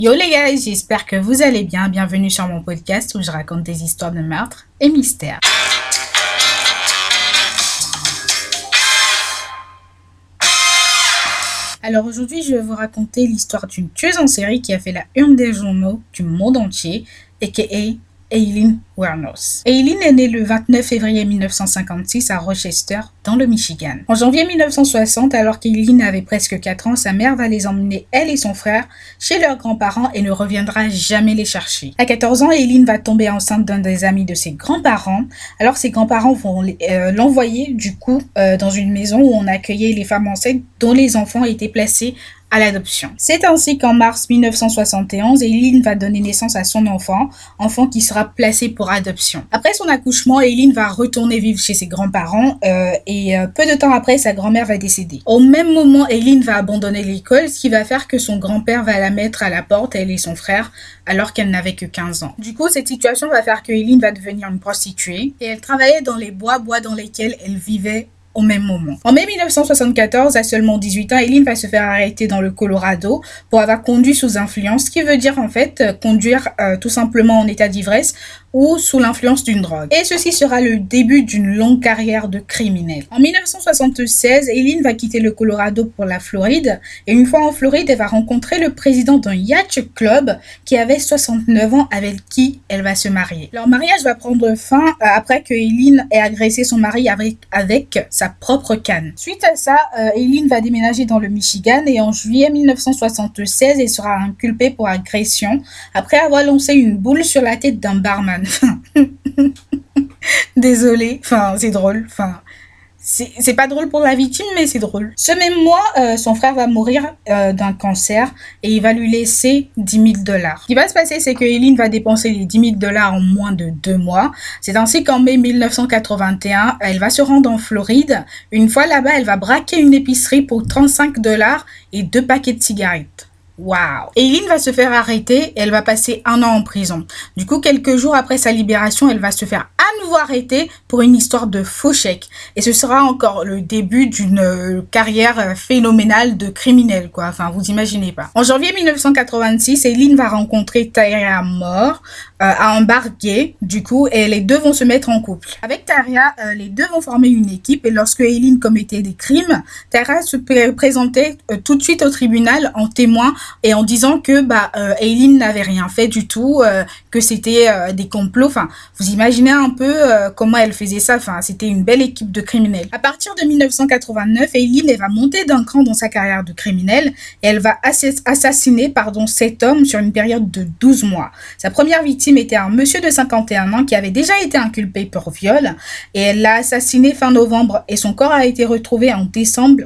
Yo les gars, j'espère que vous allez bien. Bienvenue sur mon podcast où je raconte des histoires de meurtres et mystères. Alors aujourd'hui, je vais vous raconter l'histoire d'une tueuse en série qui a fait la une des journaux du monde entier, aka Aileen Wuornos. Aileen est née le 29 février 1956 à Rochester, dans le Michigan. En janvier 1960, alors qu'Aileen avait presque 4 ans, sa mère va les emmener, elle et son frère, chez leurs grands-parents et ne reviendra jamais les chercher. À 14 ans, Aileen va tomber enceinte d'un des amis de ses grands-parents. Alors ses grands-parents vont l'envoyer du coup dans une maison où on accueillait les femmes enceintes dont les enfants étaient placés à l'adoption. C'est ainsi qu'en mars 1971, Aileen va donner naissance à son enfant qui sera placé pour adoption. Après son accouchement, Aileen va retourner vivre chez ses grands-parents et peu de temps après, sa grand-mère va décéder. Au même moment, Aileen va abandonner l'école, ce qui va faire que son grand-père va la mettre à la porte, elle et son frère, alors qu'elle n'avait que 15 ans. Du coup, cette situation va faire que Aileen va devenir une prostituée et elle travaillait dans les bois dans lesquels elle vivait au même moment. En mai 1974, à seulement 18 ans, Aileen va se faire arrêter dans le Colorado pour avoir conduit sous influence, ce qui veut dire en fait conduire tout simplement en état d'ivresse ou sous l'influence d'une drogue. Et ceci sera le début d'une longue carrière de criminelle. En 1976, Aileen va quitter le Colorado pour la Floride et une fois en Floride, elle va rencontrer le président d'un yacht club qui avait 69 ans avec qui elle va se marier. Leur mariage va prendre fin après que Aileen ait agressé son mari avec sa propre canne. Suite à ça, Aileen va déménager dans le Michigan et en juillet 1976, elle sera inculpée pour agression après avoir lancé une boule sur la tête d'un barman. Désolée, c'est drôle, c'est pas drôle pour la victime, mais c'est drôle. Ce même mois, son frère va mourir d'un cancer et il va lui laisser $10 000. Ce qui va se passer, c'est que Aileen va dépenser les $10 000 en moins de 2 mois. C'est ainsi qu'en mai 1981, elle va se rendre en Floride. Une fois là-bas, elle va braquer une épicerie pour $35 et 2 paquets de cigarettes. Waouh! Aileen va se faire arrêter et elle va passer 1 an en prison. Du coup, quelques jours après sa libération, elle va se faire à nouveau arrêter pour une histoire de faux chèque. Et ce sera encore le début d'une carrière phénoménale de criminelle, quoi. Vous imaginez pas. En janvier 1986, Aileen va rencontrer Tyria Moore à un bar gay, du coup, et les deux vont se mettre en couple. Avec Tyria, les deux vont former une équipe et lorsque Aileen commettait des crimes, Tyria se présentait tout de suite au tribunal en témoin et en disant que Aileen n'avait rien fait du tout, que c'était des complots. Vous imaginez un peu comment elle faisait ça. C'était une belle équipe de criminels. À partir de 1989, Aileen elle va monter d'un cran dans sa carrière de criminelle et elle va assassiner 7 hommes sur une période de 12 mois. Sa première victime était un monsieur de 51 ans qui avait déjà été inculpé pour viol et elle l'a assassiné fin novembre et son corps a été retrouvé en décembre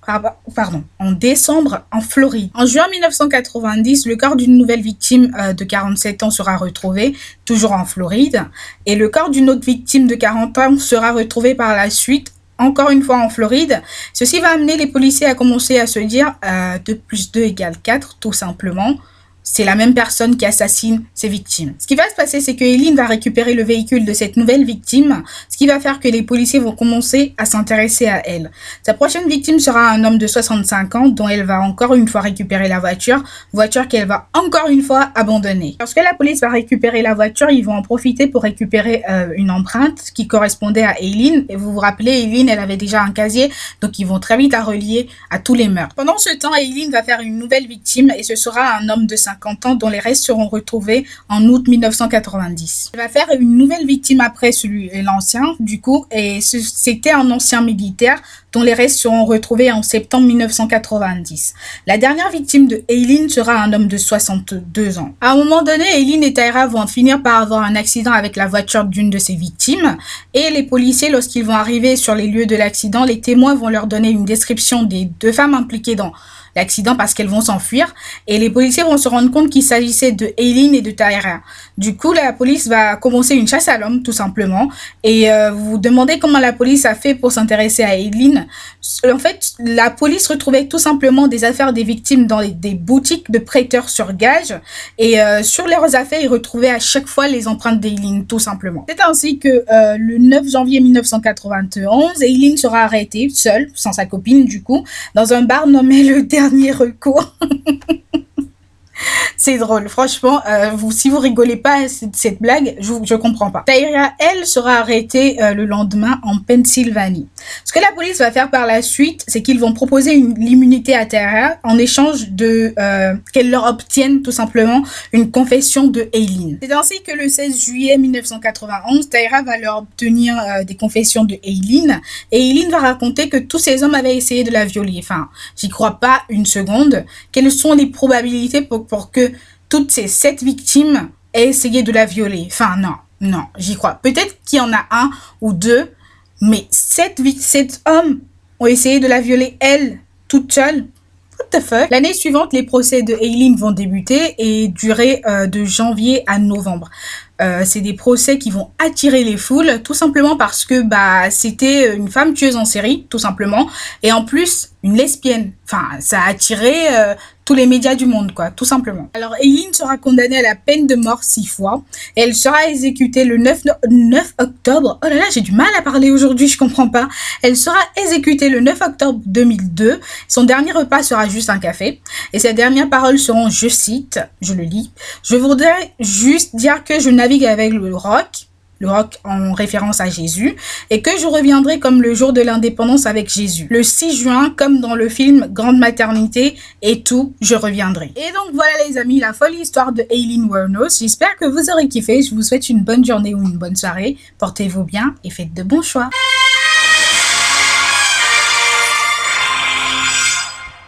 en Floride. En juin 1990, le corps d'une nouvelle victime de 47 ans sera retrouvé, toujours en Floride, et le corps d'une autre victime de 40 ans sera retrouvé par la suite, encore une fois en Floride. Ceci va amener les policiers à commencer à se dire 2 plus 2 égale 4, tout simplement. C'est la même personne qui assassine ses victimes. Ce qui va se passer, c'est que Aileen va récupérer le véhicule de cette nouvelle victime, ce qui va faire que les policiers vont commencer à s'intéresser à elle. Sa prochaine victime sera un homme de 65 ans dont elle va encore une fois récupérer la voiture qu'elle va encore une fois abandonner. Lorsque la police va récupérer la voiture, ils vont en profiter pour récupérer une empreinte qui correspondait à Aileen. Et vous vous rappelez, Aileen, elle avait déjà un casier, donc ils vont très vite la relier à tous les meurtres. Pendant ce temps, Aileen va faire une nouvelle victime et ce sera un homme de 50 ans dont les restes seront retrouvés en août 1990. Elle va faire une nouvelle victime après l'ancien, du coup, et c'était un ancien militaire dont les restes seront retrouvés en septembre 1990. La dernière victime de Aileen sera un homme de 62 ans. À un moment donné, Aileen et Tyria vont finir par avoir un accident avec la voiture d'une de ses victimes et les policiers, lorsqu'ils vont arriver sur les lieux de l'accident, les témoins vont leur donner une description des 2 femmes impliquées dans l'accident parce qu'elles vont s'enfuir et les policiers vont se rendre compte qu'il s'agissait de Aileen et de Tyria. Du coup, la police va commencer une chasse à l'homme tout simplement et vous vous demandez comment la police a fait pour s'intéresser à Aileen. En fait, la police retrouvait tout simplement des affaires des victimes dans des boutiques de prêteurs sur gage et sur leurs affaires, ils retrouvaient à chaque fois les empreintes d'Aileen tout simplement. C'est ainsi que le 9 janvier 1991, Aileen sera arrêtée seule, sans sa copine du coup, dans un bar nommé le Dernier Recours. C'est drôle, franchement, si vous rigolez pas à cette blague, je comprends pas. Tyra, elle, sera arrêtée le lendemain en Pennsylvanie. Ce que la police va faire par la suite, c'est qu'ils vont proposer l'immunité à Tyra en échange de qu'elle leur obtienne tout simplement une confession de Aileen. C'est ainsi que le 16 juillet 1991, Tyra va leur obtenir des confessions de Aileen, et Aileen va raconter que tous ces hommes avaient essayé de la violer. Enfin, j'y crois pas une seconde. Quelles sont les probabilités pour que toutes ces 7 victimes aient essayé de la violer? Enfin, non, j'y crois. Peut-être qu'il y en a un ou deux, mais 7 hommes ont essayé de la violer, elle, toute seule. What the fuck? L'année suivante, les procès de Aileen vont débuter et durer de janvier à novembre. C'est des procès qui vont attirer les foules, tout simplement parce que c'était une femme tueuse en série, tout simplement, et en plus une lesbienne. Enfin, ça a attiré tous les médias du monde, quoi, tout simplement. Alors, Aileen sera condamnée à la peine de mort 6 fois, et elle sera exécutée le 9 octobre. Oh là là, j'ai du mal à parler aujourd'hui, je comprends pas. Elle sera exécutée le 9 octobre 2002. Son dernier repas sera juste un café, et ses dernières paroles seront, je cite, je le lis: je voudrais juste dire que je navigue avec le roc en référence à Jésus, et que je reviendrai comme le jour de l'indépendance avec Jésus. Le 6 juin, comme dans le film Grande Maternité et tout, je reviendrai. Et donc voilà les amis, la folle histoire de Aileen Wuornos. J'espère que vous aurez kiffé. Je vous souhaite une bonne journée ou une bonne soirée. Portez-vous bien et faites de bons choix.